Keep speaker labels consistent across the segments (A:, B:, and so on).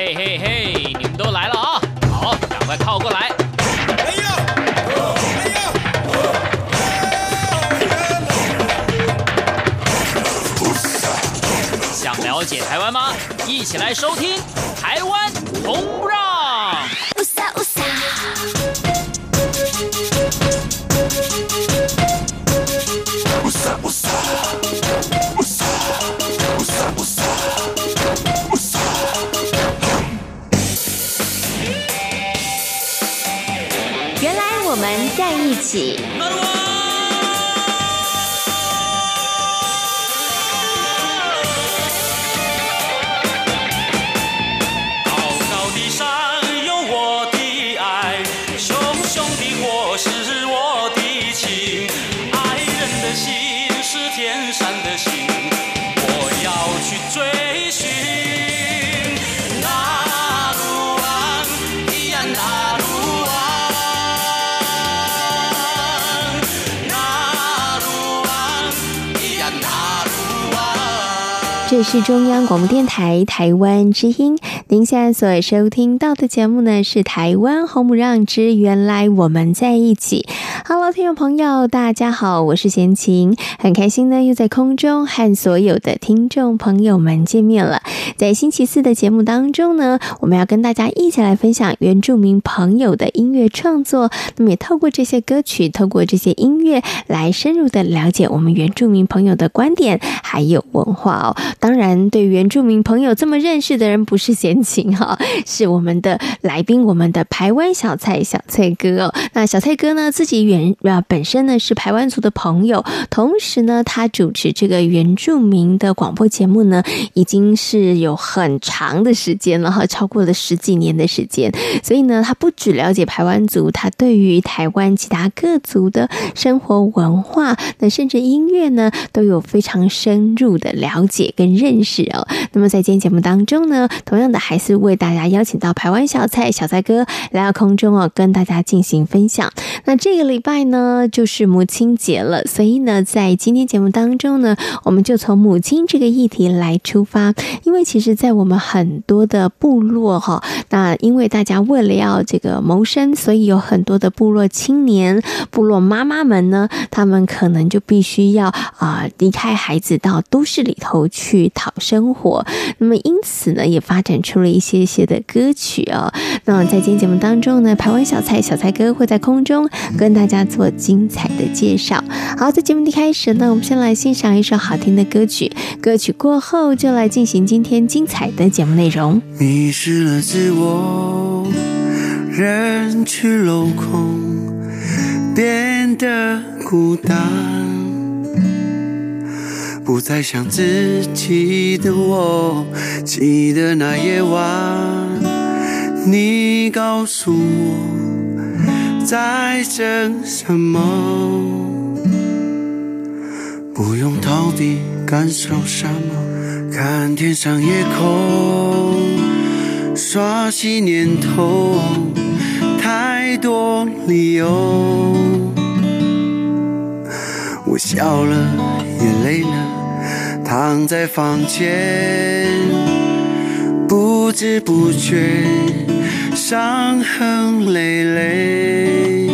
A: 嘿嘿嘿，你们都来了啊！好，赶快靠过来。想了解台湾吗？一起来收听《台湾红不让》。
B: 原来我们在一起。
C: 这是中央广播电台台湾之音，您现在所收听到的节目呢是台湾红不让之原来我们在一起。Hello， 听众朋友，大家好，我是贤琴，很开心呢又在空中和所有的听众朋友们见面了。在星期四的节目当中呢，我们要跟大家一起来分享原住民朋友的音乐创作，那么也透过这些歌曲，透过这些音乐来深入的了解我们原住民朋友的观点还有文化哦。当然对原住民朋友这么认识的人不是贤琴哈，是我们的来宾，我们的排湾小菜哥哦。那小菜哥呢自己本身呢是排湾族的朋友，同时呢他主持这个原住民的广播节目呢已经是有很长的时间了哈，超过了10几年的时间。所以呢他不只了解排湾族，他对于台湾其他各族的生活文化，那甚至音乐呢都有非常深入的了解跟认识哦。那么在今天节目当中呢，同样的还是为大家邀请到排湾小菜哥来到空中哦，跟大家进行分享。那这个礼拜呢就是母亲节了，所以呢在今天节目当中呢，我们就从母亲这个议题来出发。因为其实在我们很多的部落哈，那因为大家为了要这个谋生，所以有很多的部落青年、部落妈妈们呢，他们可能就必须要离开孩子到都市里头去讨生活。那么因此呢也发展出了一些的歌曲哦。那在今天节目当中呢，排湾小菜哥会在空中跟大家做精彩的介绍。好，在节目的开始呢，我们先来欣赏一首好听的歌曲，歌曲过后就来进行今天精彩的节目内容。
D: 迷失了自我，人去楼空，变得孤单，不再想自己的我。记得那夜晚，你告诉我在等什么，不用逃避感受什么，看天上夜空，刷新年头，太多理由。我笑了也累了，躺在房间，不知不觉伤痕累累，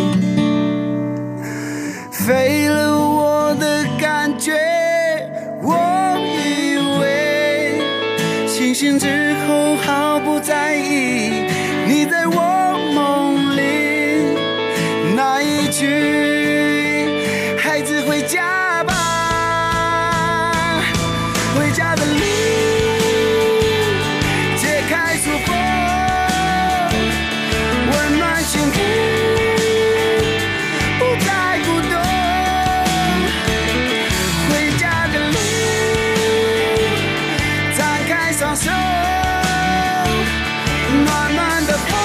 D: 废了我的感觉。我以为清醒之后毫不在意你在我梦里那一句孩子回家吧，回家的路解开束缚，温暖幸福，不再孤独。回家的路，张开双手，暖暖的风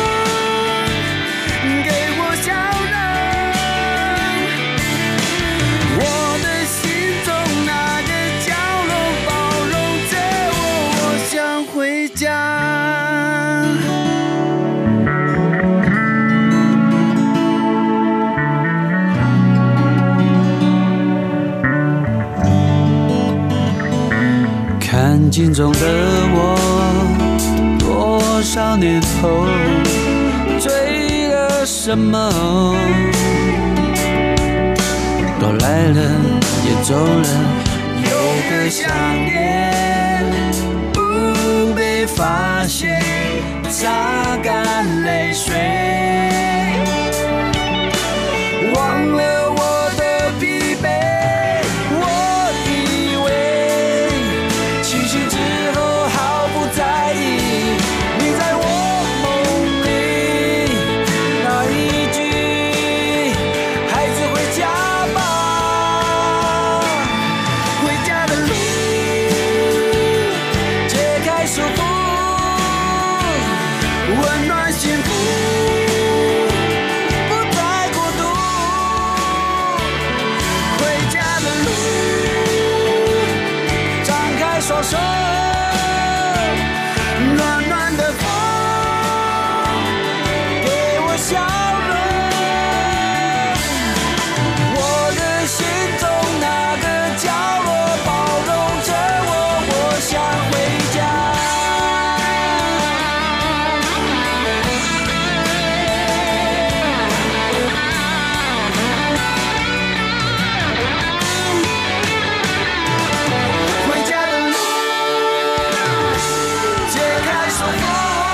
D: 给我笑容。我的心中那个角落包容着我，我想回家。看镜中的我，多多少年后，追了什么？都来了也走了，有个想念不被发现，擦干泪水，忘了我的疲惫。我以为清醒之后毫不在意你在我梦里那一句孩子回家吧，回家的路解开束缚，温暖幸福，不再孤独。回家的路，张开双手，暖暖的风给我笑容。我的心中那个角落包容着我，我想回家。回家的路，解开束缚，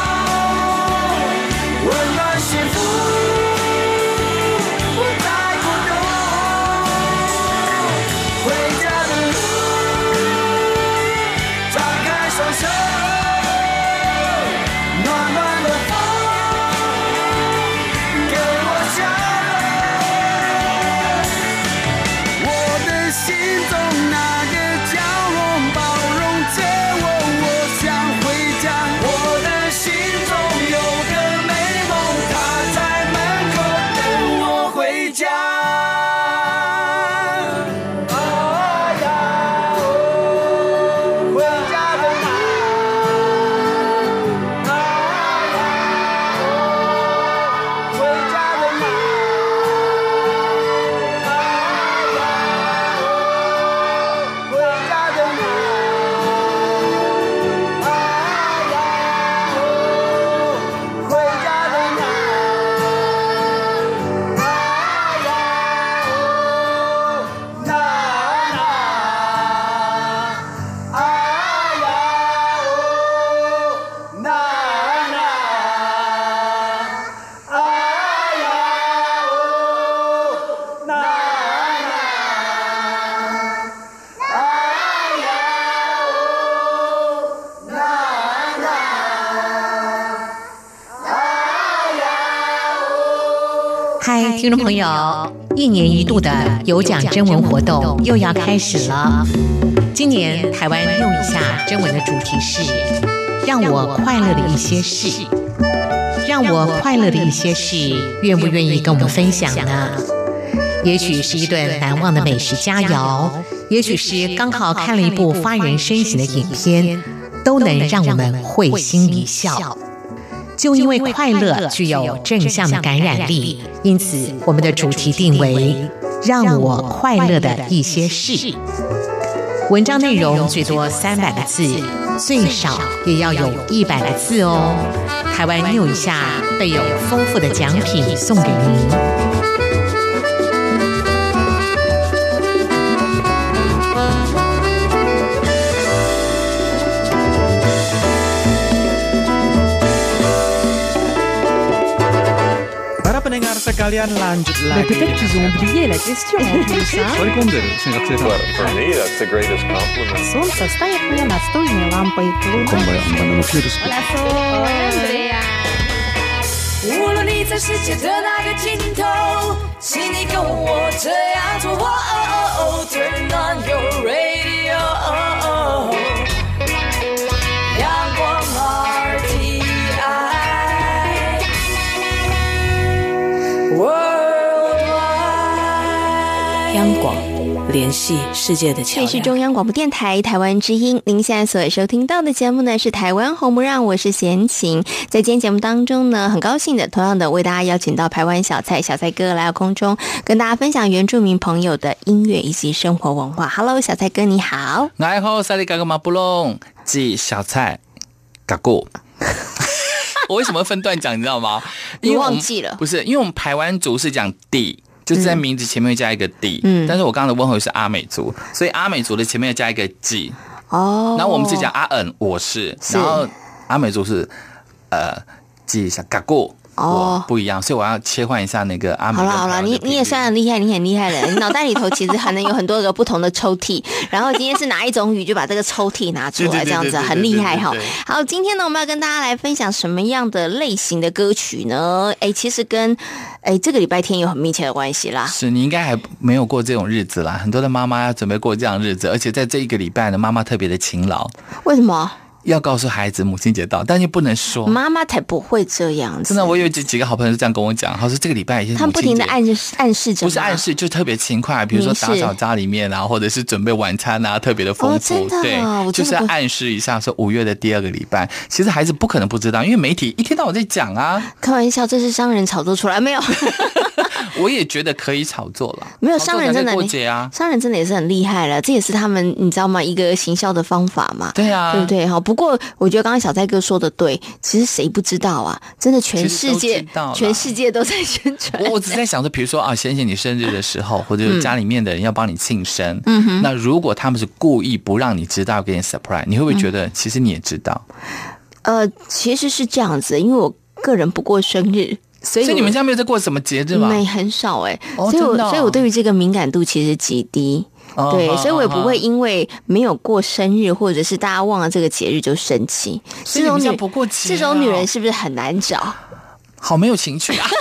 D: 温暖幸福，不再孤独。回家的路，张开双手，暖暖的风给我笑容。我的心中那个角落包容着我，我想回家。我的心中有个美梦，它在门口等我回家。啊呀，回家的路，啊呀，回家的路，啊呀，回家的路，啊呀，回家的路，啊呀，那啊呀，那啊呀，那
E: 嗨，听众朋友，一年一度的有奖征文活动又要开始了。今年台湾用一下征文的主题是“让我快乐的一些事”。让我快乐的一些事，愿不愿意跟我们分享呢？也许是一顿难忘的美食佳肴，也许是刚好看了一部发人深省的影片，都能让我们会心一笑。就因为快乐具有正向的感染力，因此我们的主题定为“让我快乐的一些事”。文章内容最多300个字，最少也要有100个字哦。台湾妞一下备有丰富的奖品送给您。
F: Pendengar sekalian, lanjut lagi.
G: Peut-être qu'ils ont oublié la question en plus.
H: For me, that's the greatest compliment.
G: Солнце стоит мне настольной лампой. Hola, Sol.
B: Andrea.
I: 无论你在世界的哪个尽头，请你跟我这样做。Turn on your radio. 阳光 RTI Worldwide。
J: 央广联系世界的桥梁。
C: 这是中央广播电台台湾之音，您现在所收听到的节目呢是台湾红不让，我是贤琴。在今天节目当中呢，很高兴的同样的为大家邀请到台湾小蔡哥来到空中，跟大家分享原住民朋友的音乐以及生活文化。Hello， 小蔡哥你好。
F: 你好，萨利嘎格马布隆，即小蔡嘎古。
K: 我为什么分段讲，你知道吗？
C: 你忘记了？
K: 不是，因为我们排湾族是讲地。就是在名字前面会加一个地，但是我刚刚的问候是阿美族，所以阿美族的前面要加一个记。然后我们是讲阿恩，我是，然后阿美族是记一下嘎过。不一样，所以我要切换一下那个阿美。
C: 好了，你也算很厉害，你很厉害了。你脑袋里头其实还能有很多个不同的抽屉，然后今天是哪一种语就把这个抽屉拿出来，这样子很厉害哈。好，今天呢我们要跟大家来分享什么样的类型的歌曲呢？其实跟这个礼拜天有很密切的关系啦。
K: 是你应该还没有过这种日子啦，很多的妈妈要准备过这样的日子，而且在这一个礼拜呢，妈妈特别的勤劳。
C: 为什么？
K: 要告诉孩子母亲节到，但又不能说。
C: 妈妈才不会这样子。
K: 真的，我有几个好朋友是这样跟我讲，他说这个礼拜已经
C: 他们不停的暗示着，
K: 不是暗示，就特别勤快，比如说打扫家里面啊，或者是准备晚餐啊，特别的丰富。对，就是要暗示一下说5月的第2个礼拜。其实孩子不可能不知道，因为媒体一天到晚在讲啊。
C: 开玩笑，这是商人炒作出来没有？
K: 我也觉得可以炒作了。
C: 没有，商人真的
K: 过节啊，
C: 商人真的也是很厉害了，这也是他们你知道吗？一个行销的方法嘛。
K: 对啊，
C: 对不对？好，不过我觉得刚刚小蔡哥说的对，其实谁不知道啊？真的全世界都在宣传。
K: 我只在想说，比如说啊，先你生日的时候，或者家里面的人要帮你庆生，那如果他们是故意不让你知道给你 surprise， 你会不会觉得其实你也知道？
C: 其实是这样子，因为我个人不过生日。所以
K: 你们家没有在过什么节日吗？
C: 没，很少所以我对于这个敏感度其实极低。对，所以我也不会因为没有过生日或者是大家忘了这个节日就生气。
K: 所以你们家不过节，
C: 这种女人是不是很难找？
K: 好没有情趣啊！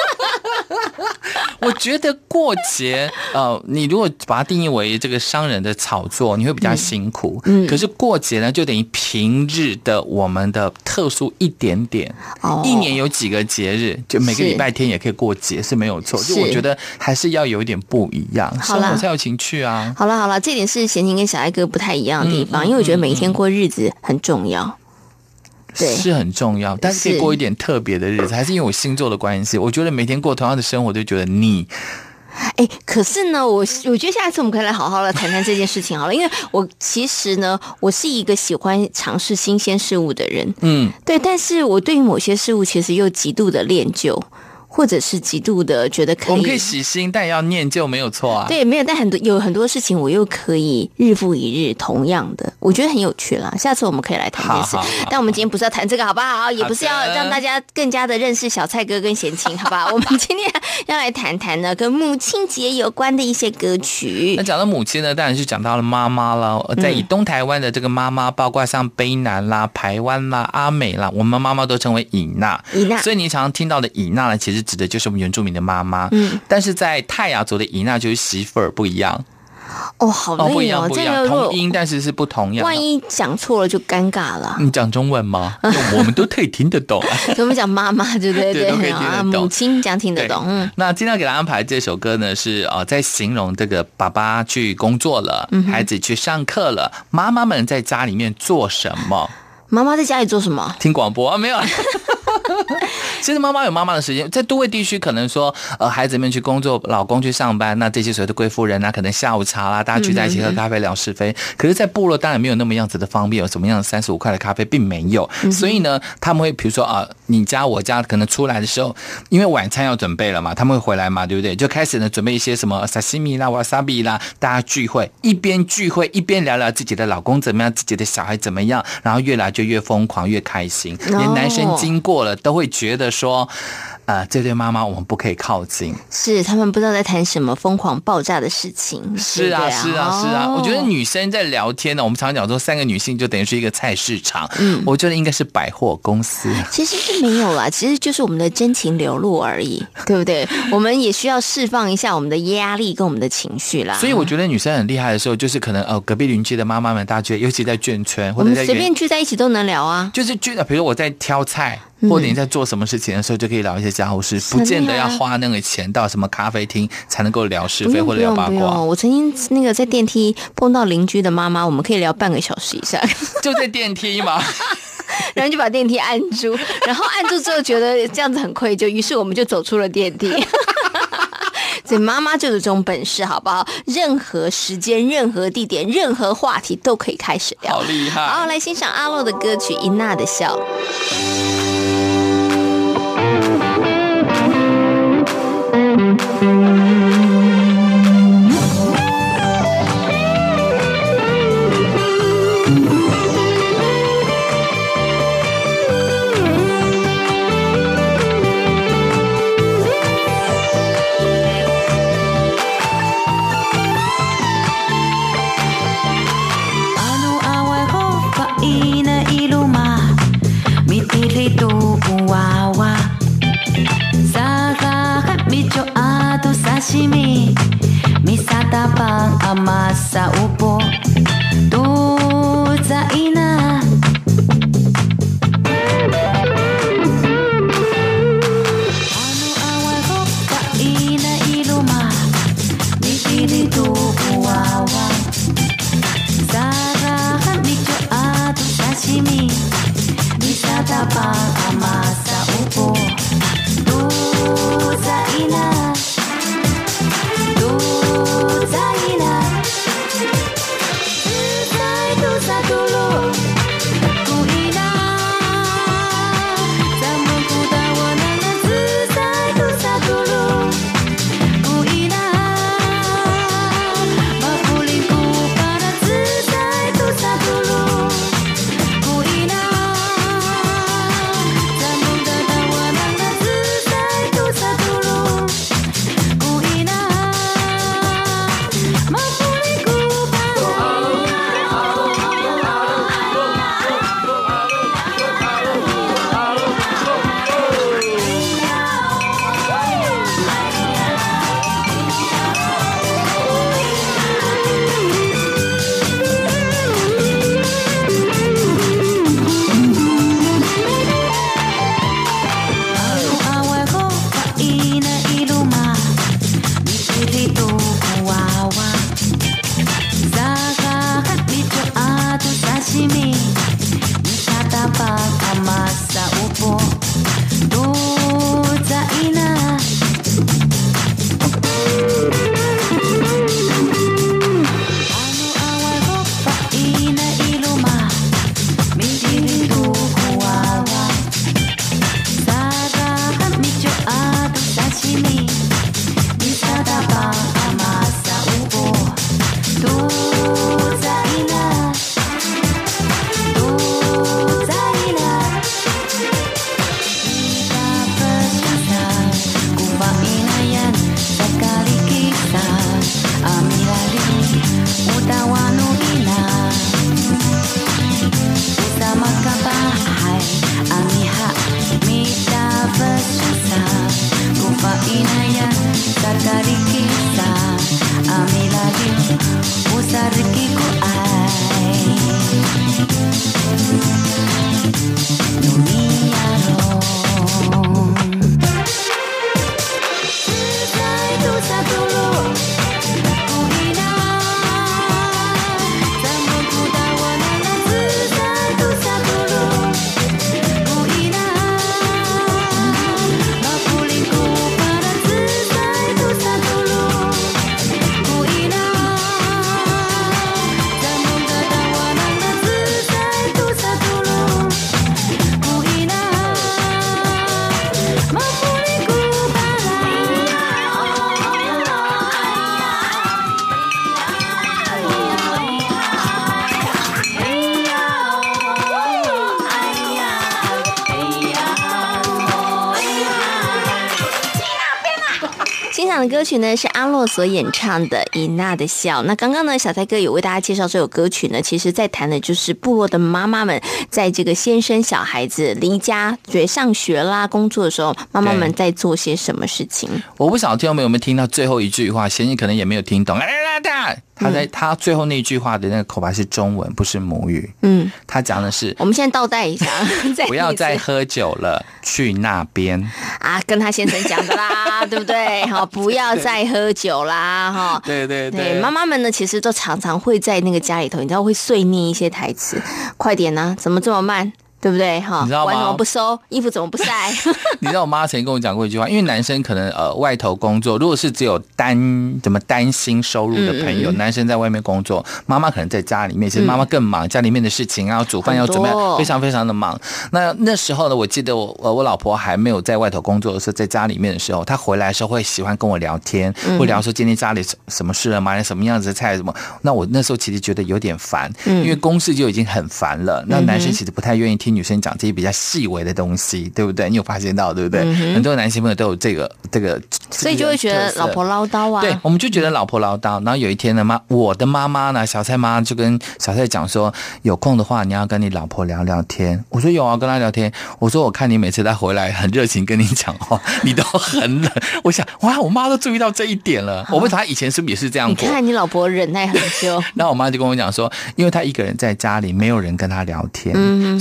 K: 我觉得过节，你如果把它定义为这个商人的炒作，你会比较辛苦。可是过节呢，就等于平日的我们的特殊一点点。一年有几个节日，就每个礼拜天也可以过节是没有错。就我觉得还是要有一点不一样，生活才有情趣啊。
C: 好了，这点是贤婷跟小爱哥不太一样的地方，因为我觉得每一天过日子很重要。对，
K: 是很重要，但是可以过一点特别的日子，还是因为我星座的关系，我觉得每天过同样的生活就觉得腻。
C: 可是呢，我觉得下一次我们可以来好好的谈谈这件事情好了，因为我其实呢，我是一个喜欢尝试新鲜事物的人，对，但是我对于某些事物其实又极度的恋旧。或者是极度的觉得可以，
K: 我们可以喜新，但也要念旧，没有错啊。
C: 对，没有，但有很多事情我又可以日复一日，同样的，我觉得很有趣啦。下次我们可以来谈这件事，但我们今天不是要谈这个，好不好？也不是要让大家更加的认识小蔡哥跟贤琴，好不好？我们今天要来谈谈呢，跟母亲节有关的一些歌曲。
K: 那讲到母亲呢，当然是讲到了妈妈了。在以东台湾的这个妈妈，包括像卑南啦、排湾啦、阿美啦，我们妈妈都称为以娜。所以你常常听到的以娜呢，其实指的就是我们原住民的妈妈。但是在泰雅族的以娜就是媳妇儿，不一样。
C: 好累
K: 不一样，同音但是是不同样。
C: 万一讲错了就尴尬了。
K: 你讲中文吗？我们都可以听得懂。
C: 我们讲妈妈，对不对？
K: 对，都可以听得懂。
C: 母亲讲听得懂。
K: 那今天给大家安排这首歌呢，是在形容这个爸爸去工作了，孩子去上课了，妈妈们在家里面做什么？
C: 妈妈在家里做什么？
K: 听广播啊？没有。其实妈妈有妈妈的时间，在都会地区可能说孩子们去工作，老公去上班，那这些所谓的贵妇人啊，可能下午茶啦，大家聚在一起喝咖啡聊是非。可是在部落当然没有那么样子的方便，有什么样的35块的咖啡并没有。所以呢他们会比如说你家我家可能出来的时候，因为晚餐要准备了嘛，他们会回来嘛，对不对？就开始呢准备一些什么沙西米啦、瓦萨比啦，大家聚会，一边聚会一边聊聊自己的老公怎么样，自己的小孩怎么样，然后越来就越疯狂越开心，连男生经过了都会觉得说这对妈妈我们不可以靠近，
C: 是他们不知道在谈什么疯狂爆炸的事情。
K: 是啊，是啊，是啊。我觉得女生在聊天呢，我们常常讲说3个女性就等于是一个菜市场，我觉得应该是百货公司。
C: 其实是没有啦，其实就是我们的真情流露而已，对不对？我们也需要释放一下我们的压力跟我们的情绪啦。
K: 所以我觉得女生很厉害的时候，就是可能隔壁邻居的妈妈们，大家觉得尤其在眷村或者在
C: 我们随便聚在一起都能聊啊，
K: 就是比如说我在挑菜。或者你在做什么事情的时候，就可以聊一些家务事，不见得要花那个钱到什么咖啡厅才能够聊是非或者聊八卦。
C: 我曾经那个在电梯碰到邻居的妈妈，我们可以聊半个小时以上，
K: 就在电梯嘛。
C: 然后就把电梯按住，然后按住之后觉得这样子很愧疚，于是我们就走出了电梯。所以妈妈就有这种本事，好不好？任何时间、任何地点、任何话题都可以开始聊，
K: 好厉害！
C: 好，来欣赏阿洛的歌曲《伊娜的笑》。 的歌曲呢是阿洛所演唱的《伊娜的笑》。那刚刚呢，小蔡哥有为大家介绍这首歌曲呢，其实在谈的就是部落的妈妈们在这个先生小孩子离家上学啦、工作的时候，妈妈们在做些什么事情。
K: 我不晓得听众朋友有没有听到最后一句话，贤义可能也没有听懂。他最后那句话的那个口白是中文，不是母语。他讲的是，
C: 我们现在倒带一下，
K: 不要再喝酒了，去那边
C: 啊，跟他先生讲的啦，对不对？好，不要再喝酒啦，哈。
K: 对对对，
C: 妈妈们呢，其实都常常会在那个家里头，你知道会碎念一些台词，快点啊，怎么这么慢？对不对？哈，碗怎么不收？衣服怎么不晒？
K: 你知道我妈曾经跟我讲过一句话，因为男生可能外头工作，如果是只有单薪收入的朋友，男生在外面工作，妈妈可能在家里面，其实妈妈更忙，家里面的事情啊，煮饭要准备，非常非常的忙。那时候呢，我记得我老婆还没有在外头工作的时候，在家里面的时候，她回来的时候会喜欢跟我聊天，会聊说今天家里什么事了，买了什么样子的菜什么。那我那时候其实觉得有点烦，因为公事就已经很烦了，那男生其实不太愿意听女生讲这些比较细微的东西，对不对？你有发现到对不对？很多男性朋友都有这个，
C: 所以就会觉得老婆唠叨啊。
K: 对，我们就觉得老婆唠叨。然后有一天呢，我的妈妈呢，小蔡妈就跟小蔡讲说，有空的话你要跟你老婆聊聊天。我说有啊，跟她聊天。我说我看你每次她回来很热情跟你讲话，你都很冷。我想哇，我妈都注意到这一点了。我问她以前是不是也是这样过？
C: 你看你老婆忍耐很久。
K: 然后我妈就跟我讲说，因为她一个人在家里，没有人跟她聊天，所以老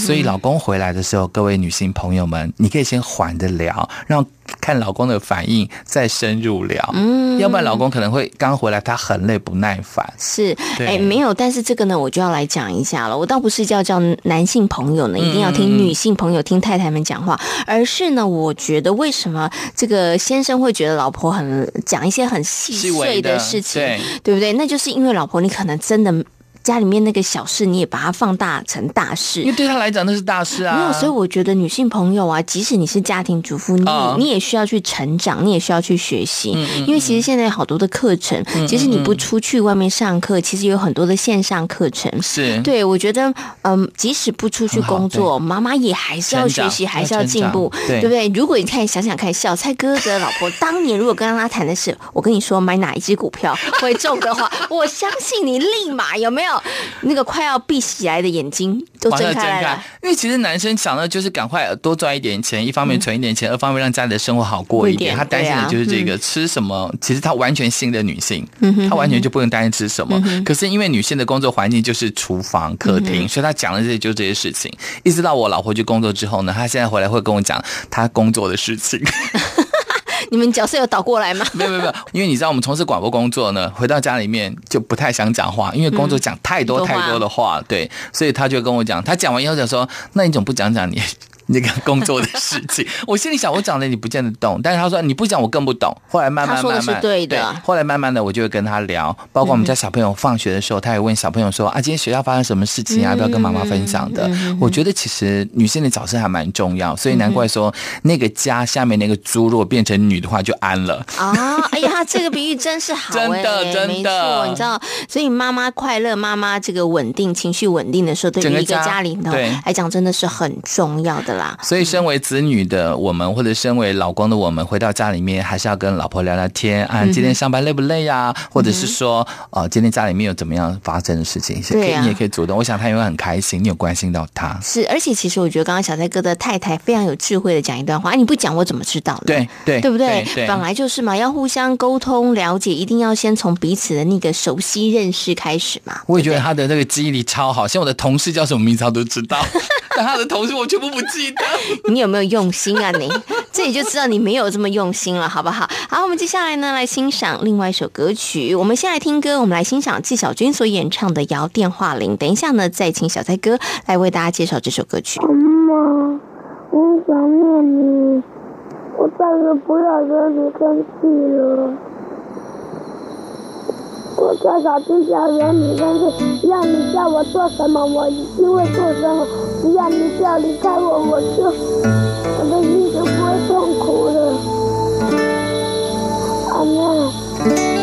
K: 公回来的时候，各位女性朋友们，你可以先缓着聊，让看老公的反应再深入聊，要不然老公可能会刚回来他很累不耐烦。
C: 是，没有，但是这个呢，我就要来讲一下了。我倒不是叫男性朋友呢一定要听女性朋友听太太们讲话，而是呢，我觉得为什么这个先生会觉得老婆很讲一些很细碎的事情，对不对？那就是因为老婆你可能真的家里面那个小事你也把它放大成大事，因
K: 为对他来讲那是大事啊。
C: 没有，所以我觉得女性朋友啊，即使你是家庭主妇，你也需要去成长，你也需要去学习。因为其实现在有好多的课程，其实你不出去外面上课，其实有很多的线上课程。
K: 是，
C: 对，我觉得即使不出去工作，妈妈也还是要学习，还是要进步，对不对？如果你看想想看，小蔡哥的老婆当年如果跟他谈的是，我跟你说买哪一只股票会中的话，我相信你立马有没有那个快要闭起来的眼睛都睁开来了。
K: 因为其实男生想的就是赶快多赚一点钱，一方面存一点钱，二方面让家里的生活好过一点。他担心的就是这个吃什么，其实他完全信的女性，他完全就不用担心吃什么。可是因为女性的工作环境就是厨房、客厅，所以他讲的就是这些事情。一直到我老婆去工作之后呢，她现在回来会跟我讲她工作的事情。
C: 你们角色有倒过来吗？
K: 没有，因为你知道我们从事广播工作呢，回到家里面就不太想讲话，因为工作讲太多的话，对，所以他就跟我讲，他讲完以后讲说，那你怎么不讲你那个工作的事情？我心里想，我讲的你不见得懂，但是他说你不讲我更不懂。后来慢慢，
C: 他说的是对的。
K: 后来慢慢的，我就会跟他聊，包括我们家小朋友放学的时候，他也问小朋友说啊，今天学校发生什么事情啊？要不要跟妈妈分享的？我觉得其实女性的角色还蛮重要，所以难怪说那个家下面那个猪如果变成女的话就安了
C: 啊！哎呀，这个比喻真是好，
K: 真的，
C: 没错，你知道，所以妈妈快乐，妈妈这个稳定情绪稳定的时候，对于一个家里头来讲，真的是很重要的啦。
K: 所以身为子女的我们，或者身为老公的我们，回到家里面还是要跟老婆聊聊天啊，今天上班累不累啊？或者是说今天家里面有怎么样发生的事情，你也可以主动。我想他也会很开心，你有关心到他。
C: 是，而且其实我觉得刚刚小蔡哥的太太非常有智慧的讲一段话，你不讲我怎么知道呢？对不对？本来就是嘛，要互相沟通了解，一定要先从彼此的那个熟悉认识开始嘛。
K: 我也觉得他的那个记忆力超好，像我的同事叫什么名字他都知道，但他的同事我全部不记得。
C: 你有没有用心啊你？这里就知道你没有这么用心了，好不好？好，我们接下来呢来欣赏另外一首歌曲。我们先来听歌，我们来欣赏纪晓君所演唱的《摇电话铃》。等一下呢，再请小蔡哥来为大家介绍这首歌曲。
L: 妈妈，我想念你，我再也不要惹你生气了。我叫小军小人你生气，要你叫我做什么我一定会做什么，只要你不要离开我，我的心就不会痛苦了。阿妹。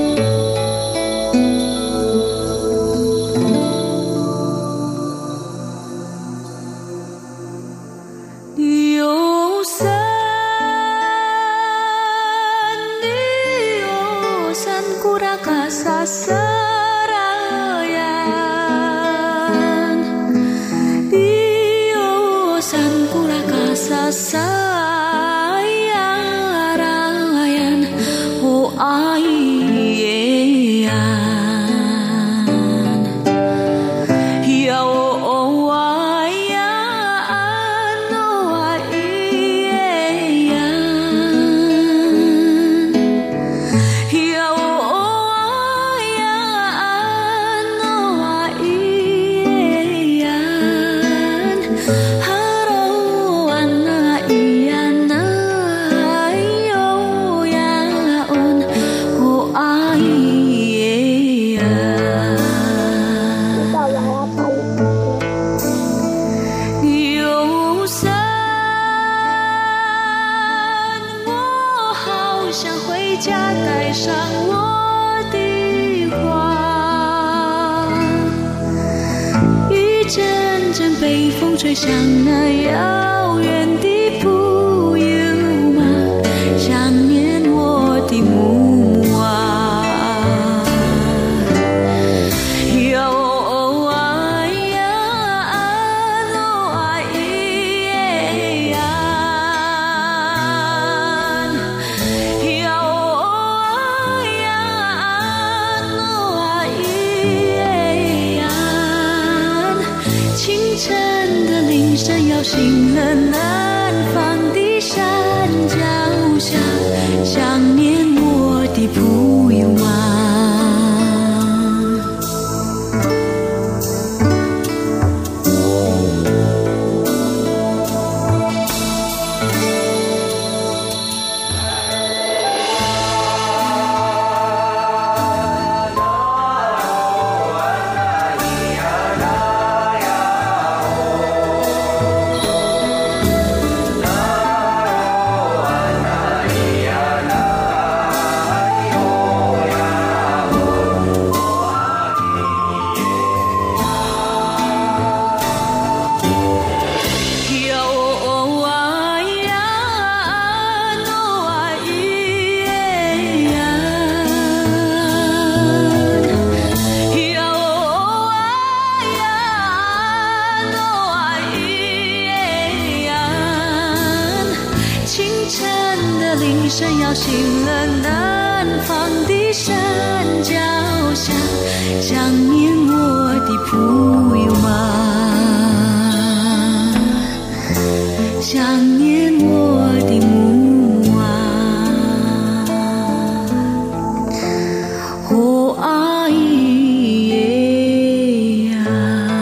I: 吹向那遥远的浮游吗？想念我的母啊！哟啊呀喏啊咿呀，哟啊呀喏啊咿呀，清晨。 声摇醒了南方的山脚下，想念我的普悠玛。摇醒了南方的山脚下，想念我的普悠玛，想念我的母啊，哦阿姨耶呀。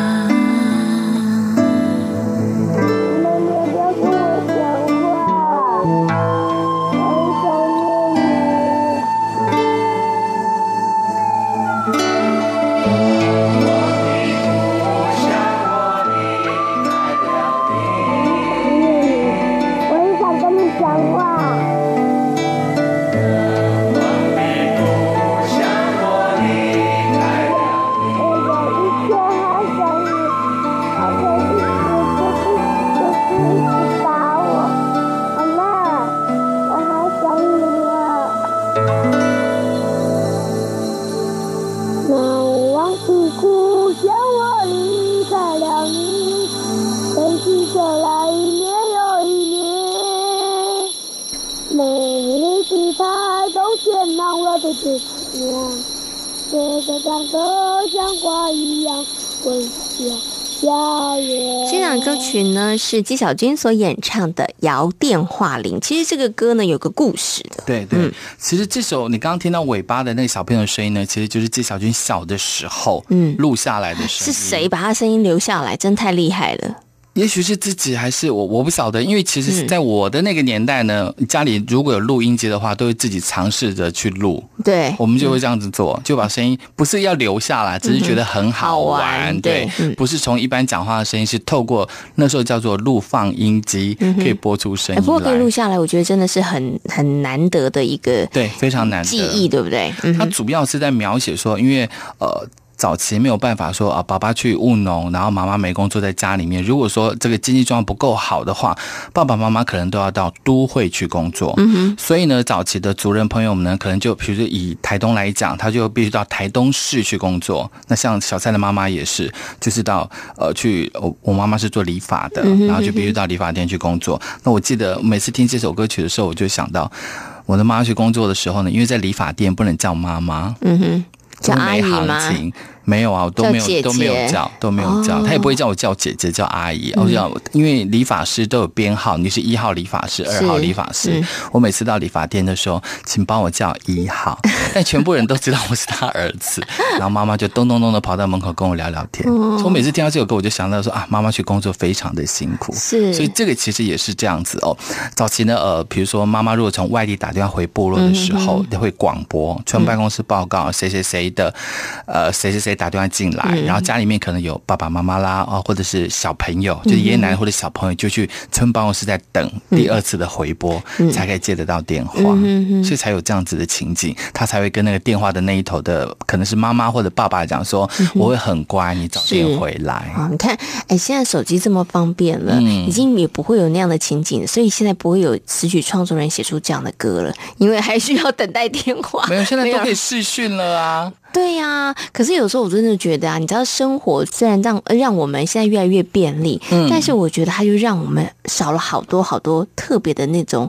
C: 这档歌曲呢是纪晓君所演唱的《摇电话铃》。其实这个歌呢有个故事的。
K: 对对，其实这首你刚刚听到尾巴的那个小朋友的声音呢，其实就是纪晓君小的时候录下来的声音。
C: 是谁把他声音留下来？真太厉害了。
K: 也许是自己，还是我不晓得，因为其实在我的那个年代呢，家里如果有录音机的话，都会自己尝试着去录。
C: 对，
K: 我们就会这样子做，就把声音不是要留下来，只是觉得很好玩。对，不是从一般讲话的声音，是透过那时候叫做录放音机可以播出声音来。
C: 不过可以录下来，我觉得真的是很难得的一个
K: 对，非常难得
C: 记忆，对不对？
K: 它主要是在描写说，因为早期没有办法说爸爸去务农，然后妈妈没工作在家里面。如果说这个经济状况不够好的话，爸爸妈妈可能都要到都会去工作。所以呢，早期的族人朋友们呢，可能就比如说以台东来讲，他就必须到台东市去工作。那像小蔡的妈妈也是，就是到我妈妈是做理发的，然后就必须到理发店去工作。那我记得每次听这首歌曲的时候，我就想到我的妈妈去工作的时候呢，因为在理发店不能叫妈妈。
C: 叫阿姨吗？
K: 没有啊，我都没有叫，他也不会叫我叫姐姐，叫阿姨。因为理发师都有编号，你是1号理发师、2号理发师。我每次到理发店的时候，请帮我叫1号，但全部人都知道我是他儿子。然后妈妈就咚咚咚的跑到门口跟我聊聊天。所以我每次听到这首歌，我就想到说妈妈去工作非常的辛苦。
C: 是，
K: 所以这个其实也是这样子哦。早期呢，比如说妈妈如果从外地打电话回部落的时候，会广播村办公室报告谁谁谁的谁谁谁打电话进来，然后家里面可能有爸爸妈妈啦，或者是小朋友，就是爷爷奶奶或者小朋友，就去村办公室在等第2次的回拨，才可以接得到电话，所以才有这样子的情景，他才会跟那个电话的那一头的可能是妈妈或者爸爸讲说，我会很乖，你早点回来。
C: 你看，现在手机这么方便了，已经也不会有那样的情景，所以现在不会有词曲创作人写出这样的歌了，因为还需要等待电话。
K: 没有，现在都可以视讯了啊。
C: 对呀，可是有时候我真的觉得你知道，生活虽然让我们现在越来越便利，但是我觉得它就让我们少了好多好多特别的那种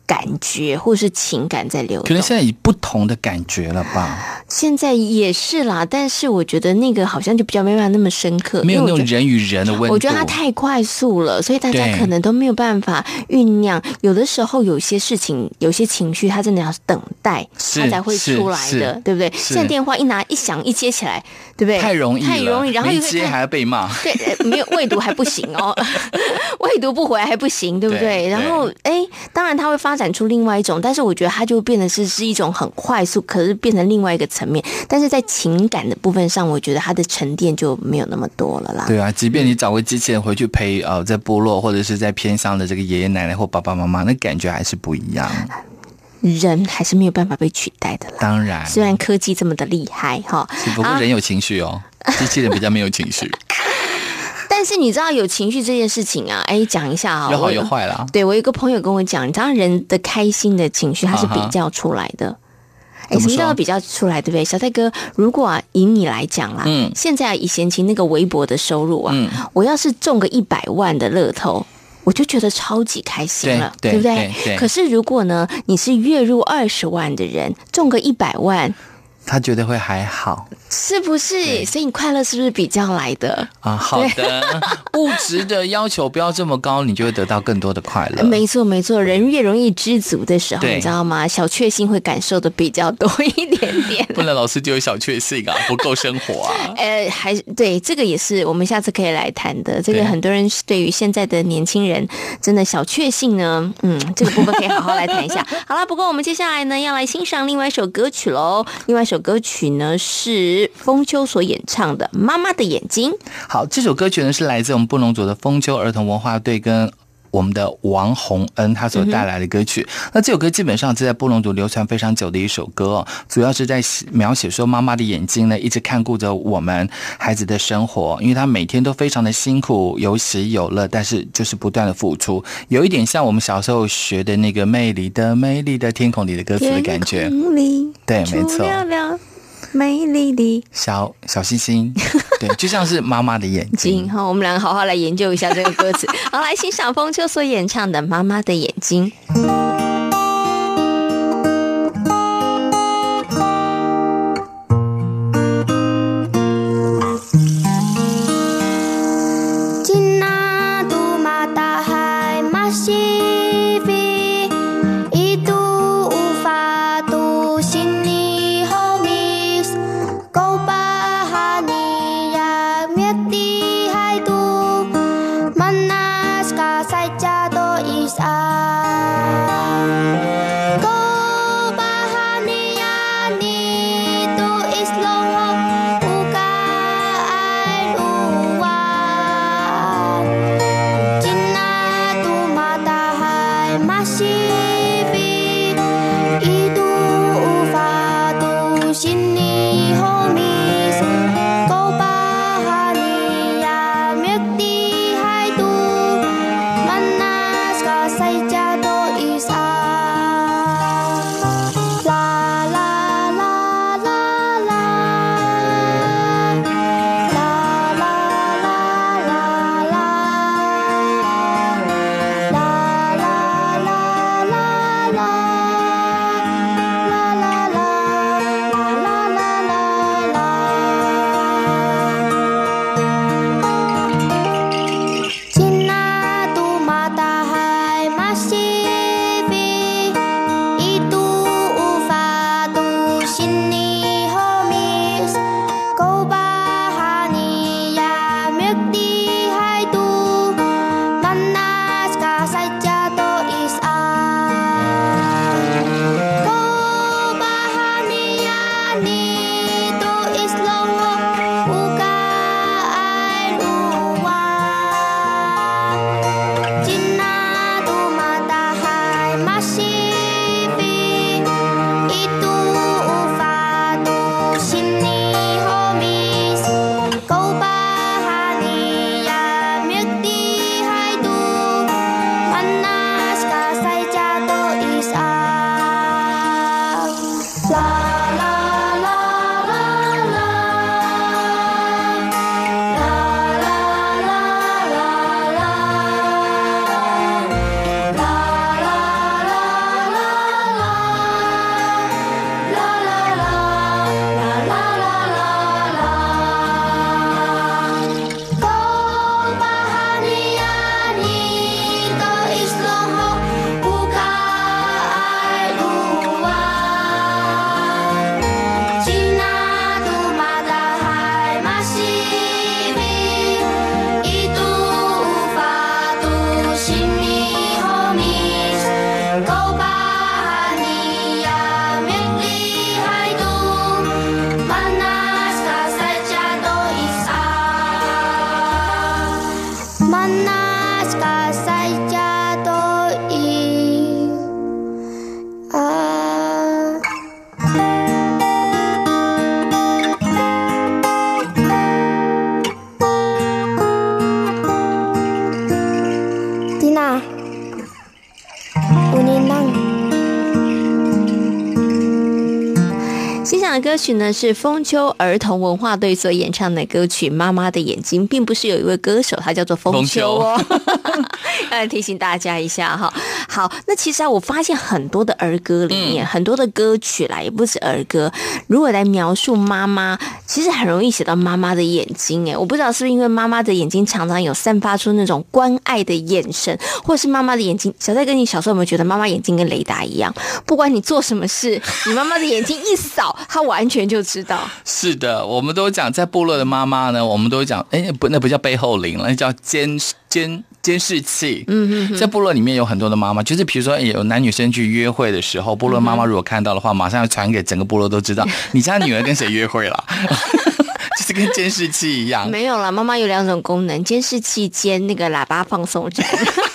C: 感觉或是情感在流动。
K: 可能现在以不同的感觉了吧？
C: 现在也是啦，但是我觉得那个好像就比较没办法那么深刻，
K: 没有那种人与人的温度。
C: 我觉得它太快速了，所以大家可能都没有办法酝酿。有的时候有些事情、有些情绪，它真的要等待，它才会出来的，对不对？现在电话一拿一响一接起来，对不对？
K: 太容易了，
C: 太容易，然后
K: 没接还要被骂。
C: 对，没有未读还不行哦，未读不回还不行，对不对？然后当然它会发展出另外一种，但是我觉得它就变得是一种很快速，可是变成另外一个层面。但是在情感的部分上，我觉得它的沉淀就没有那么多了啦。
K: 对啊，即便你找个机器人回去陪在部落或者是在偏乡的这个爷爷奶奶或爸爸妈妈，那感觉还是不一样。
C: 人还是没有办法被取代的啦。
K: 当然，
C: 虽然科技这么的厉害哈，
K: 不过人有情绪哦，机器人比较没有情绪。
C: 但是你知道有情绪这件事情啊，讲一下啊，
K: 有好有坏啦。
C: 对，我有一个朋友跟我讲，你知道人的开心的情绪它是比较出来的。什么叫比较出来，对不对？小泰哥，如果以你来讲啦，现在以前那个微薄的收入啊，我要是中个100万的乐透，我就觉得超级开心了， 对不对？可是如果呢，你是月入20万的人，中个100万。
K: 他觉得会还好，
C: 是不是？所以你快乐是不是比较来的
K: 啊？好的，物质的要求不要这么高，你就会得到更多的快乐。
C: 没错，没错，人越容易知足的时候，你知道吗？小确幸会感受的比较多一点点。
K: 不然老师就有小确幸啊，不够生活啊。
C: 还对，这个也是我们下次可以来谈的。这个很多人对于现在的年轻人，真的小确幸呢，这个部分可以好好来谈一下。好了，不过我们接下来呢要来欣赏另外一首歌曲喽。另外一首歌曲呢是丰秋所演唱的《妈妈的眼睛》。
K: 好，这首歌曲呢是来自我们布农族的丰秋儿童文化队跟我们的王洪恩他所带来的歌曲。那这首歌基本上是在布农族流传非常久的一首歌哦，主要是在描写说妈妈的眼睛呢一直看顾着我们孩子的生活，因为他每天都非常的辛苦，有喜有乐，但是就是不断的付出，有一点像我们小时候学的那个美丽的天空里的歌词的感觉。对，没错，美丽的小星星，对，就像是妈妈的眼睛。
C: 好，我们两个好好来研究一下这个歌词。好，来欣赏丰秋所演唱的《妈妈的眼睛》。
L: Manas ka sa jado isa Alaska saja doi Tina Uninang
C: 欣赏的歌曲呢是丰丘儿童文化队所演唱的歌曲《妈妈的眼睛》，并不是有一位歌手他叫做丰丘哦，要提醒大家一下哈。好，那其实我发现很多的儿歌里面，很多的歌曲啦，也不是儿歌，如果来描述妈妈，其实很容易写到妈妈的眼睛。我不知道是不是因为妈妈的眼睛常常有散发出那种关爱的眼神，或是妈妈的眼睛。小戴哥，你小时候有没有觉得妈妈眼睛跟雷达一样？不管你做什么事，你妈妈的眼睛一扫，她完全就知道。
K: 是的，我们都讲在部落的妈妈呢，我们都讲，那不叫背后灵了，那叫监视器。在部落里面有很多的妈妈，就是比如说有男女生去约会的时候，部落妈妈如果看到的话，马上要传给整个部落都知道你家女儿跟谁约会了。就是跟监视器一样。
C: 没有啦，妈妈有2种功能，监视器兼那个喇叭放送站。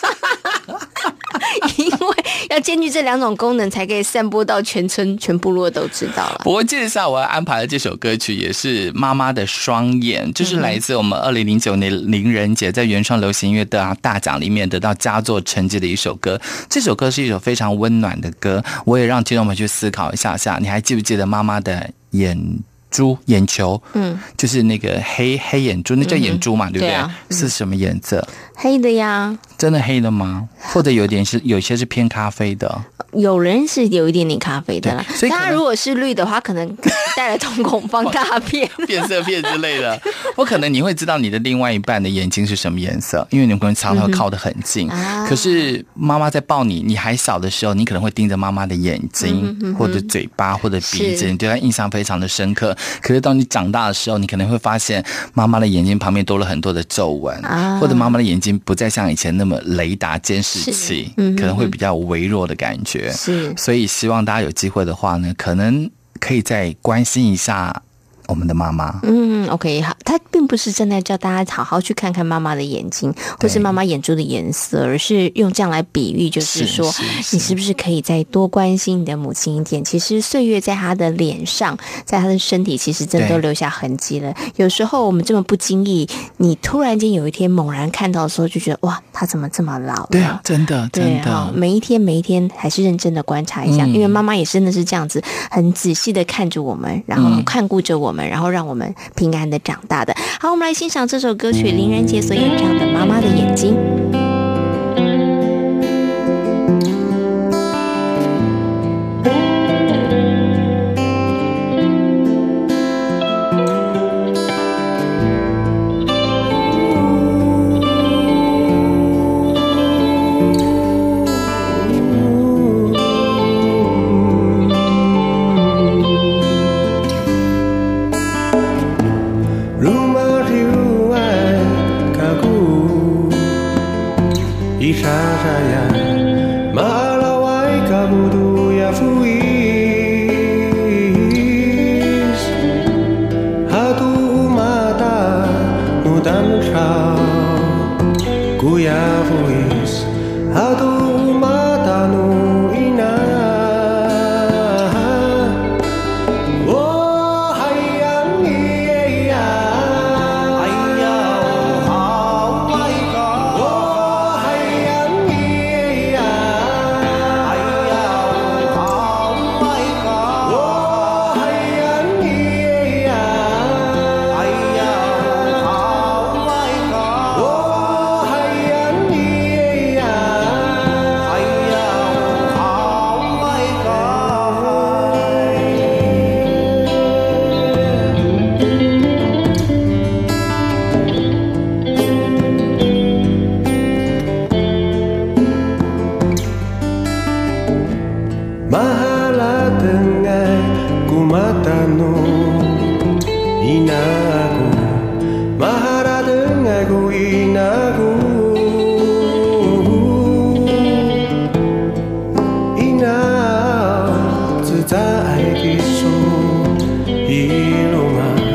C: 因为要兼具这2种功能，才可以散播到全村全部落都知道了。
K: 不过接下来我要安排的这首歌曲也是妈妈的双眼，就是来自我们2009年林人杰在原创流行音乐大奖里面得到佳作成绩的一首歌。这首歌是一首非常温暖的歌，我也让听众们去思考一下，你还记不记得妈妈的眼球，就是那个黑眼珠，那叫眼珠嘛，对不对？对啊，是什么颜色？
C: 黑的呀。
K: 真的黑的吗？或者有些是偏咖啡的？
C: 有人是有一点点咖啡的啦，
K: 所以
C: 他如果是绿的话，可能带了瞳孔放大片、
K: 变色片之类的。或可能你会知道你的另外一半的眼睛是什么颜色，因为你们可能常常会靠得很近。可是妈妈在抱你还小的时候，你可能会盯着妈妈的眼睛，或者嘴巴，或者鼻子，你对她印象非常的深刻。可是当你长大的时候，你可能会发现妈妈的眼睛旁边多了很多的皱纹，或者妈妈的眼睛不再像以前那么雷达监视器，可能会比较微弱的感觉。
C: 是，
K: 所以希望大家有机会的话呢，可能可以再关心一下我们的妈妈。
C: OK， 好，他并不是真的叫大家好好去看看妈妈的眼睛，或是妈妈眼珠的颜色，而是用这样来比喻，就是说，你是不是可以再多关心你的母亲一点？其实岁月在她的脸上，在她的身体，其实真的都留下痕迹了。有时候我们这么不经意，你突然间有一天猛然看到的时候，就觉得哇，她怎么这么老了？
K: 对啊，真的，
C: 对啊，每一天还是认真的观察一下，因为妈妈也真的是这样子，很仔细的看着我们，然后看顾着我们，然后让我们平安的长大的。好，我们来欣赏这首歌曲，林人杰所演唱的《妈妈的眼睛》。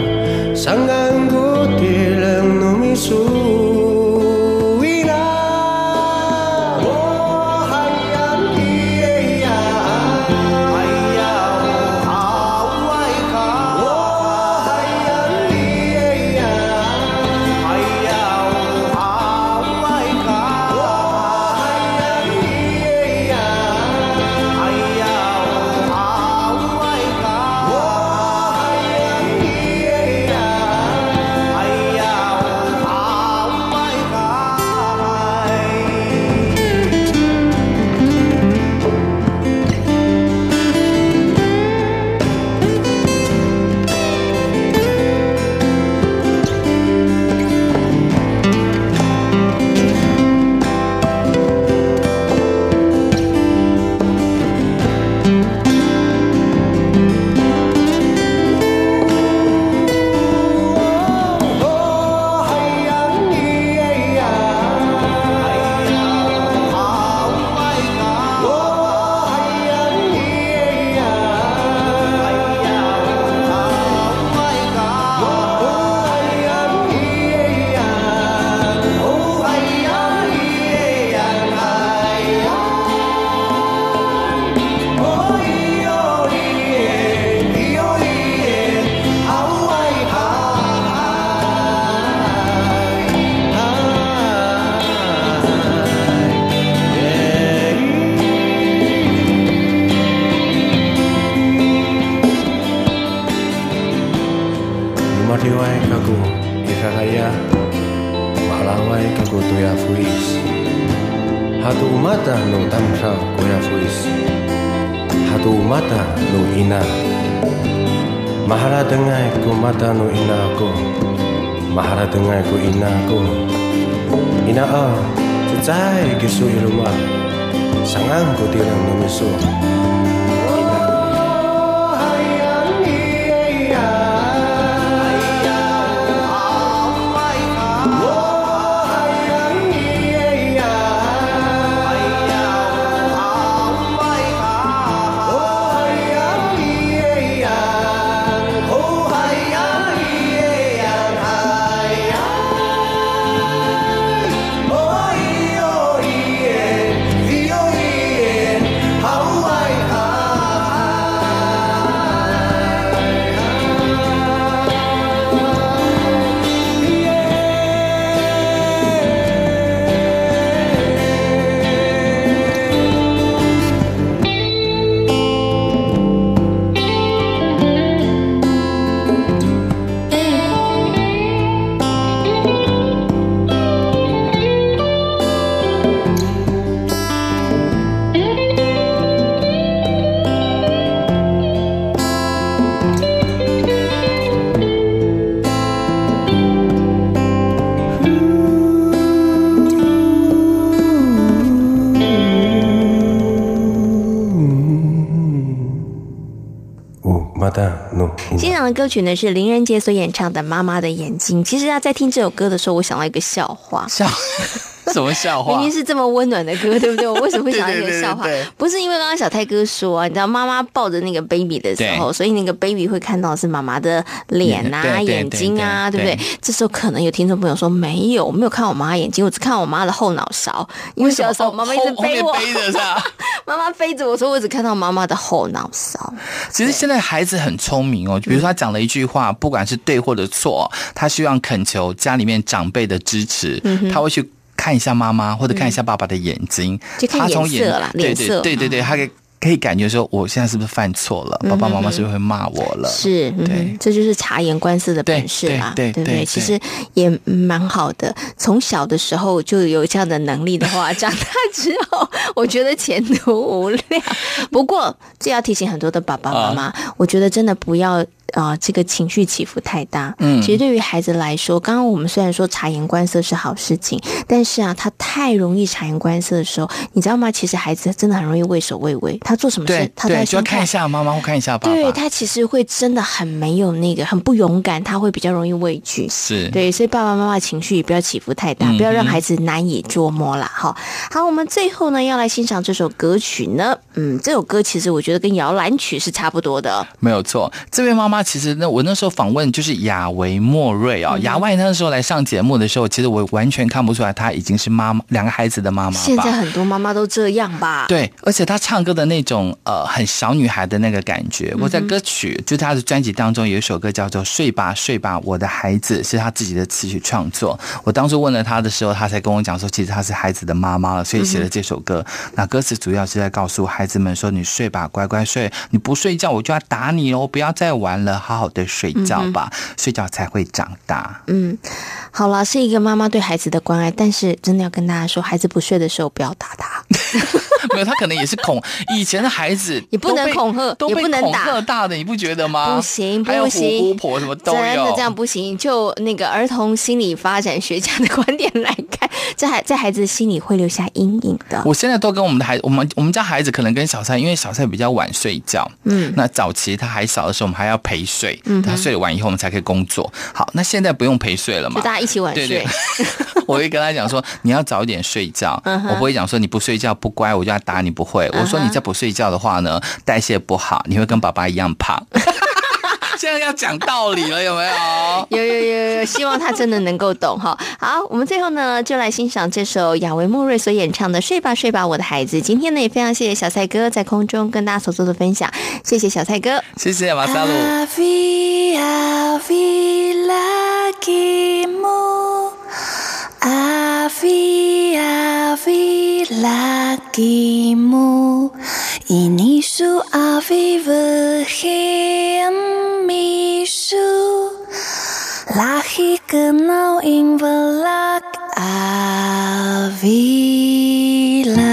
M: Sangang ko tilang numisu ina Hatu umata no tamsa kuya fuis. Hatu umata no ina. Mahara dengai ko mata no ina ko. Mahara dengai ko ina ko. Ina a, cecai kisu iluma. Sangang ko tilang numiso.
C: 欣赏的歌曲呢是林人杰所演唱的《妈妈的眼睛》。其实在听这首歌的时候，我想到一个笑话。
K: 什么笑话？
C: 明明是这么温暖的歌，对不对？我为什么会想到一个笑话？对对对对，不是因为刚刚小泰哥说你知道妈妈抱着那个 baby 的时候，所以那个 baby 会看到的是妈妈的脸啊、眼睛啊，对不对？这时候可能有听众朋友说没有，我没有看我妈眼睛，我只看我妈的后脑勺。因为小时候妈妈一直背我，妈妈背着我说我只看到妈妈的后脑勺。
K: 其实现在孩子很聪明哦，比如说他讲了一句话，不管是对或者错，他希望恳求家里面长辈的支持，他会去看一下妈妈或者看一下爸爸的眼睛，
C: 就看颜色啦，脸色，
K: 对，他可以感觉说我现在是不是犯错了，爸爸妈妈是不是会骂我了？是，
C: 对，这就是察言观色的本事啦，对不对？其实也蛮好的。从小的时候就有这样的能力的话，长大之后我觉得前途无量。不过这要提醒很多的爸爸妈妈，我觉得真的不要这个情绪起伏太大。其实对于孩子来说，刚刚我们虽然说察言观色是好事情，但是他太容易察言观色的时候，你知道吗？其实孩子真的很容易畏首畏尾，他做什么事他都
K: 就要看一下妈妈或看一下爸爸，
C: 对，他其实会真的很没有那个，很不勇敢，他会比较容易畏惧。
K: 是，
C: 对，所以爸爸妈妈情绪也不要起伏太大，不要让孩子难以捉摸啦。好，我们最后呢要来欣赏这首歌曲呢，这首歌其实我觉得跟摇篮曲是差不多的，
K: 没有错。这位妈妈其实呢，我那时候访问就是亚维莫瑞啊，亚外那时候来上节目的时候，其实我完全看不出来她已经是妈妈2个孩子的妈妈吧。
C: 现在很多妈妈都这样吧？
K: 对，而且她唱歌的那种很小女孩的那个感觉。我在歌曲就是她的专辑当中有一首歌叫做《睡吧睡吧我的孩子》，是她自己的词曲创作。我当初问了她的时候，她才跟我讲说，其实她是孩子的妈妈了，所以写了这首歌。那歌词主要是在告诉孩子们说，你睡吧，乖乖睡，你不睡觉我就要打你哦，不要再玩了，好好的睡觉吧，睡觉才会长大。
C: 好啦，是一个妈妈对孩子的关爱，但是真的要跟大家说，孩子不睡的时候不要打他。
K: 没有，他可能也是以前的孩子
C: 也不能恐吓，也不能打，
K: 恐吓大的，你不觉得吗？
C: 不行，
K: 还有虎婆什么都有，
C: 真的这样不行。就那个儿童心理发展学家的观点来看，在孩子的心里会留下阴影的。
K: 我现在都跟我们的孩子，我们家孩子可能跟小蔡，因为小蔡比较晚睡觉，那早期他还小的时候，我们还要陪睡，他睡了晚以后我们才可以工作。好，那现在不用陪睡了嘛，
C: 就大家一起晚睡。
K: 对，我会跟他讲说，你要早一点睡觉，我不会讲说你不睡觉不乖，我就要打你，不会。我说你再不睡觉的话呢，代谢不好，你会跟爸爸一样胖。现在要讲道理了，有没有？
C: 有，希望他真的能够懂哈。好，我们最后呢，就来欣赏这首亚维莫瑞所演唱的《睡吧睡吧我的孩子》。今天呢，也非常谢谢小蔡哥在空中跟大家所做的分享，谢谢小蔡哥，
K: 谢谢马萨鲁。
I: Lagimu ini su avi verhem misu lahi kenau ing velak avila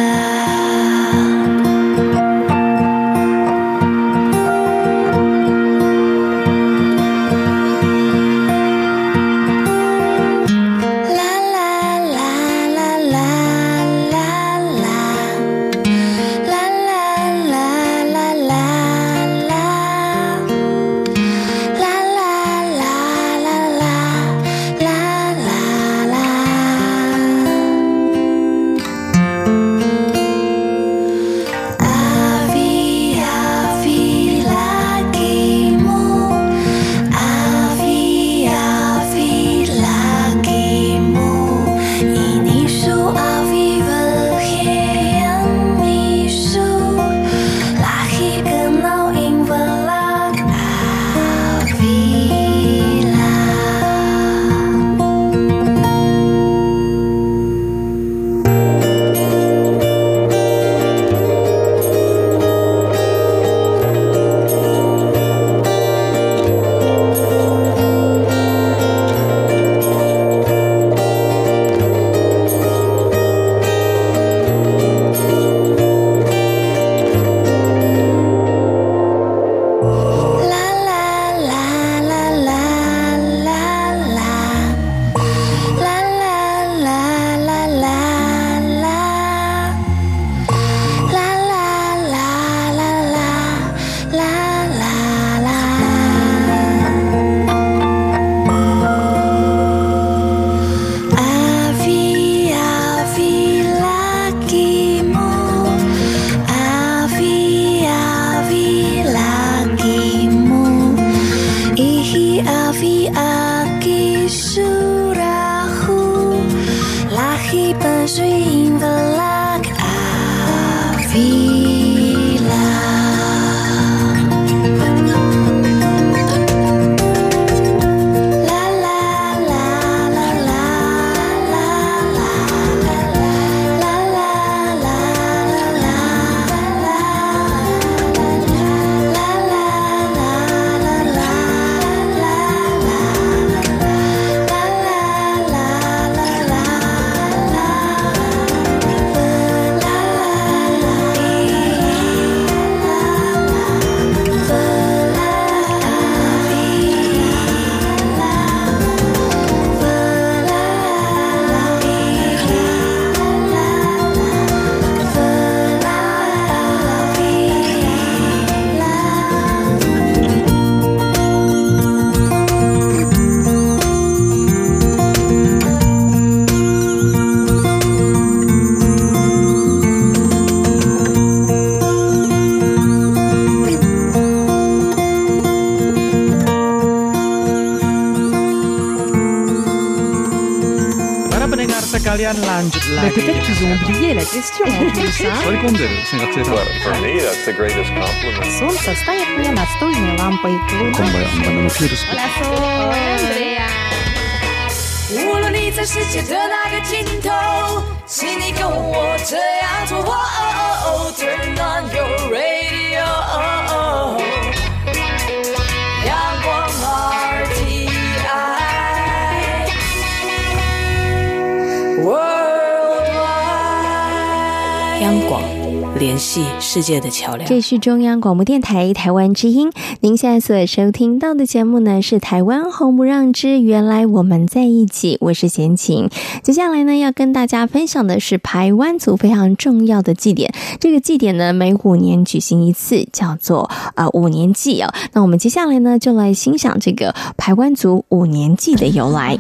G: peut-être qu'ils ont oublié la question en plus.
H: Well, for me, that's the greatest compliment.
G: Солнце стоит мне настольной лампой.
I: 无论你在世界的哪个尽头，请你跟我这样做。Turn on your radio， 阳光 RTI Worldwide。
J: 央广联系世界的桥梁。
C: 这是中央广播电台台湾之音，您现在所收听到的节目呢是台湾红不让之原来我们在一起，我是贤琴。接下来呢要跟大家分享的是排湾族非常重要的祭典，这个祭典呢每5年举行一次，叫做5年祭哦。那我们接下来呢就来欣赏这个排湾族5年祭的由来。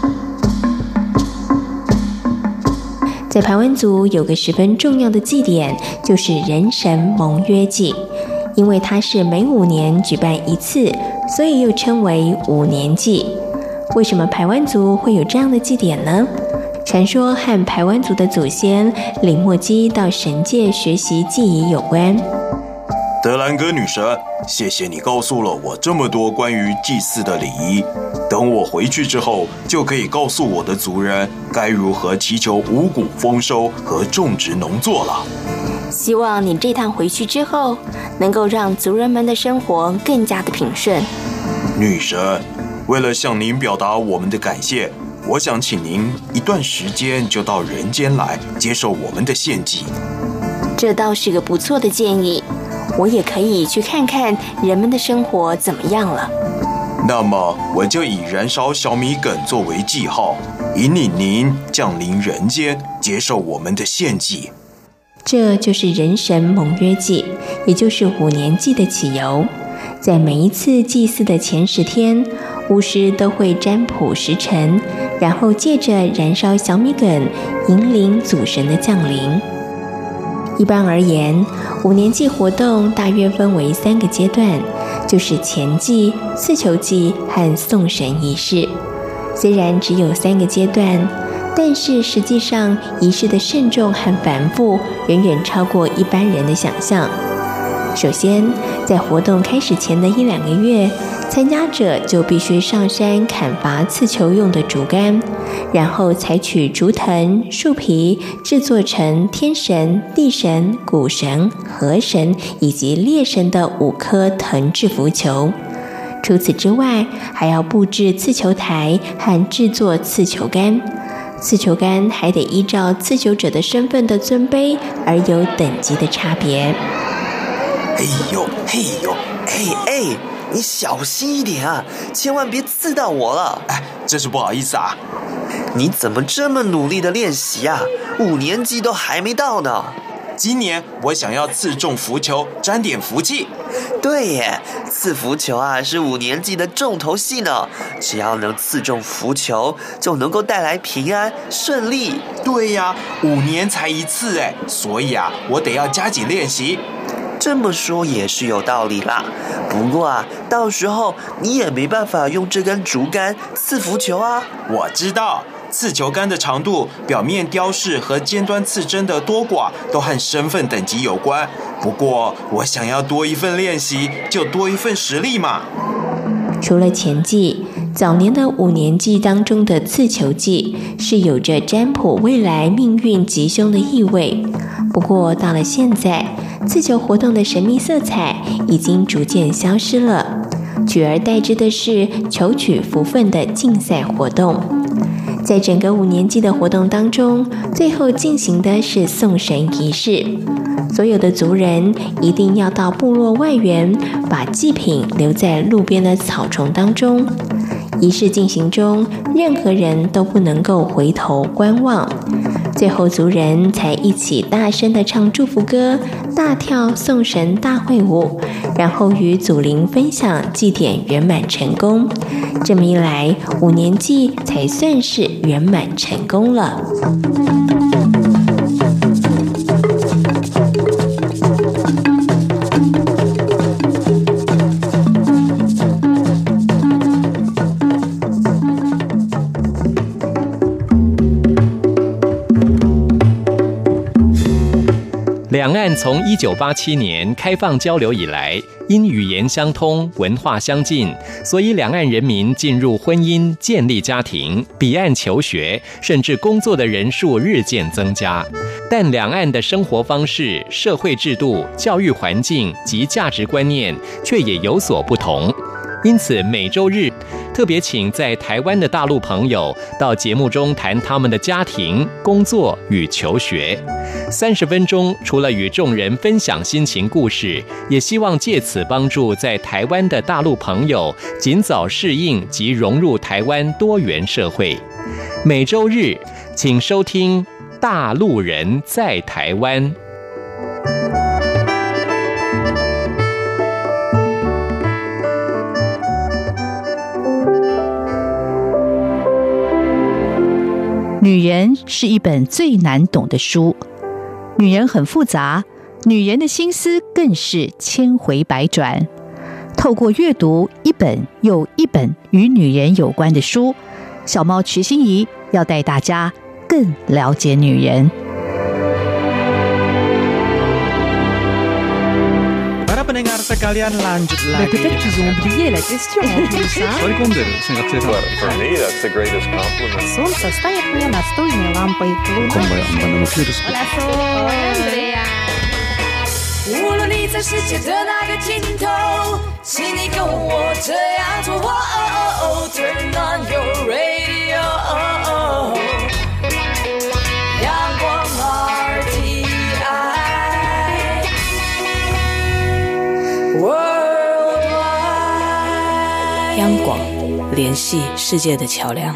C: 在排湾族有个十分重要的祭典，就是人神盟约祭。因为它是每5年举办一次，所以又称为5年祭。为什么排湾族会有这样的祭典呢？传说和排湾族的祖先李莫基到神界学习祭仪有关。
N: 德兰哥女神，谢谢你告诉了我这么多关于祭祀的礼仪。等我回去之后，就可以告诉我的族人该如何祈求五谷丰收和种植农作了。
B: 希望你这趟回去之后，能够让族人们的生活更加的平顺。
N: 女神，为了向您表达我们的感谢，我想请您一段时间就到人间来接受我们的献祭。
B: 这倒是个不错的建议，我也可以去看看人们的生活怎么样了。
N: 那么我就以燃烧小米梗作为记号，引领您降临人间，接受我们的献祭。
C: 这就是人神盟约祭，也就是5年祭的起由。在每一次祭祀的前10天，巫师都会占卜时辰，然后借着燃烧小米梗引领祖神的降临。一般而言，5年祭活动大约分为3个阶段，就是前祭、刺球祭和送神仪式。虽然只有3个阶段，但是实际上仪式的慎重和繁复远远超过一般人的想象。首先，在活动开始前的1-2个月，参加者就必须上山砍伐刺球用的竹竿，然后采取竹藤、树皮制作成天神、地神、谷神、河神以及猎神的5颗藤制浮球。除此之外，还要布置刺球台和制作刺球杆。刺球杆还得依照刺球者的身份的尊卑而有等级的差别。
O: 哎呦，嘿呦，哎，你小心一点啊，千万别刺到我了。
N: 哎，真是不好意思啊。
O: 你怎么这么努力的练习啊？5年级都还没到呢。
N: 今年我想要刺中浮球，沾点福气。
O: 对耶，刺浮球啊是5年级的重头戏呢。只要能刺中浮球，就能够带来平安顺利。
N: 对呀，5年才一次哎，所以啊，我得要加紧练习。
O: 这么说也是有道理啦。不过啊，到时候你也没办法用这根竹竿刺浮球啊。
N: 我知道。刺球杆的长度、表面雕饰和尖端刺针的多寡都和身份等级有关。不过，我想要多一份练习，就多一份实力嘛。
C: 除了前祭，早年的5年祭当中的刺球祭是有着占卜未来命运吉凶的意味。不过，到了现在，刺球活动的神秘色彩已经逐渐消失了，取而代之的是求取福分的竞赛活动。在整个5年祭的活动当中，最后进行的是送神仪式。所有的族人一定要到部落外缘，把祭品留在路边的草丛当中。仪式进行中，任何人都不能够回头观望。最后，族人才一起大声地唱祝福歌，大跳送神大会舞，然后与祖灵分享祭典圆满成功。这么一来，5年祭才算是圆满成功了。
P: 两岸从1987年开放交流以来，因语言相通、文化相近，所以两岸人民进入婚姻、建立家庭、彼岸求学，甚至工作的人数日渐增加。但两岸的生活方式、社会制度、教育环境及价值观念却也有所不同。因此每周日特别请在台湾的大陆朋友到节目中谈他们的家庭、工作与求学。30分钟除了与众人分享心情故事，也希望借此帮助在台湾的大陆朋友尽早适应及融入台湾多元社会。每周日请收听《大陆人在台湾》。
Q: 女人是一本最难懂的书，女人很复杂，女人的心思更是千回百转。透过阅读一本又一本与女人有关的书，小猫瞿欣怡要带大家更了解女人。
F: Para pendengar sekalian, lanjut lagi.
G: Peut-être qu'ils ont oublié la question en plus, hein?
H: For me, that's the greatest compliment.
G: Солнце станет мне настольной лампой.
I: Hola, Sol. Andrea. 无论你在世界的哪个尽头，请你跟我这样做。Turn on your radio. 阳光 RTI Worldwide。
J: 央广，联系世界的桥梁。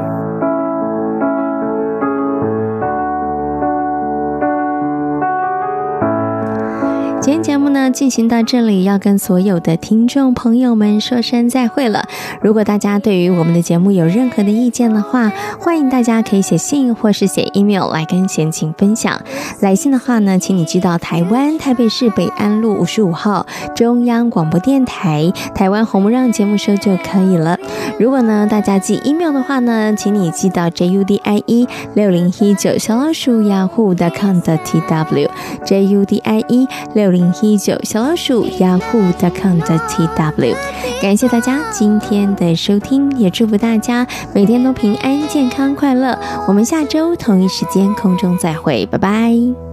C: 今天节目呢进行到这里，要跟所有的听众朋友们说声再会了。如果大家对于我们的节目有任何的意见的话，欢迎大家可以写信或是写 email 来跟贤琴分享。来信的话呢，请你寄到台湾台北市北安路55号中央广播电台台湾红不让节目收就可以了。如果呢大家寄 email 的话呢，请你寄到 judie6019yahoo.com.tw judie6019yahoo.com.tw。 感谢大家今天的收听，也祝福大家每天都平安健康快乐。我们下周同一时间空中再会，拜拜。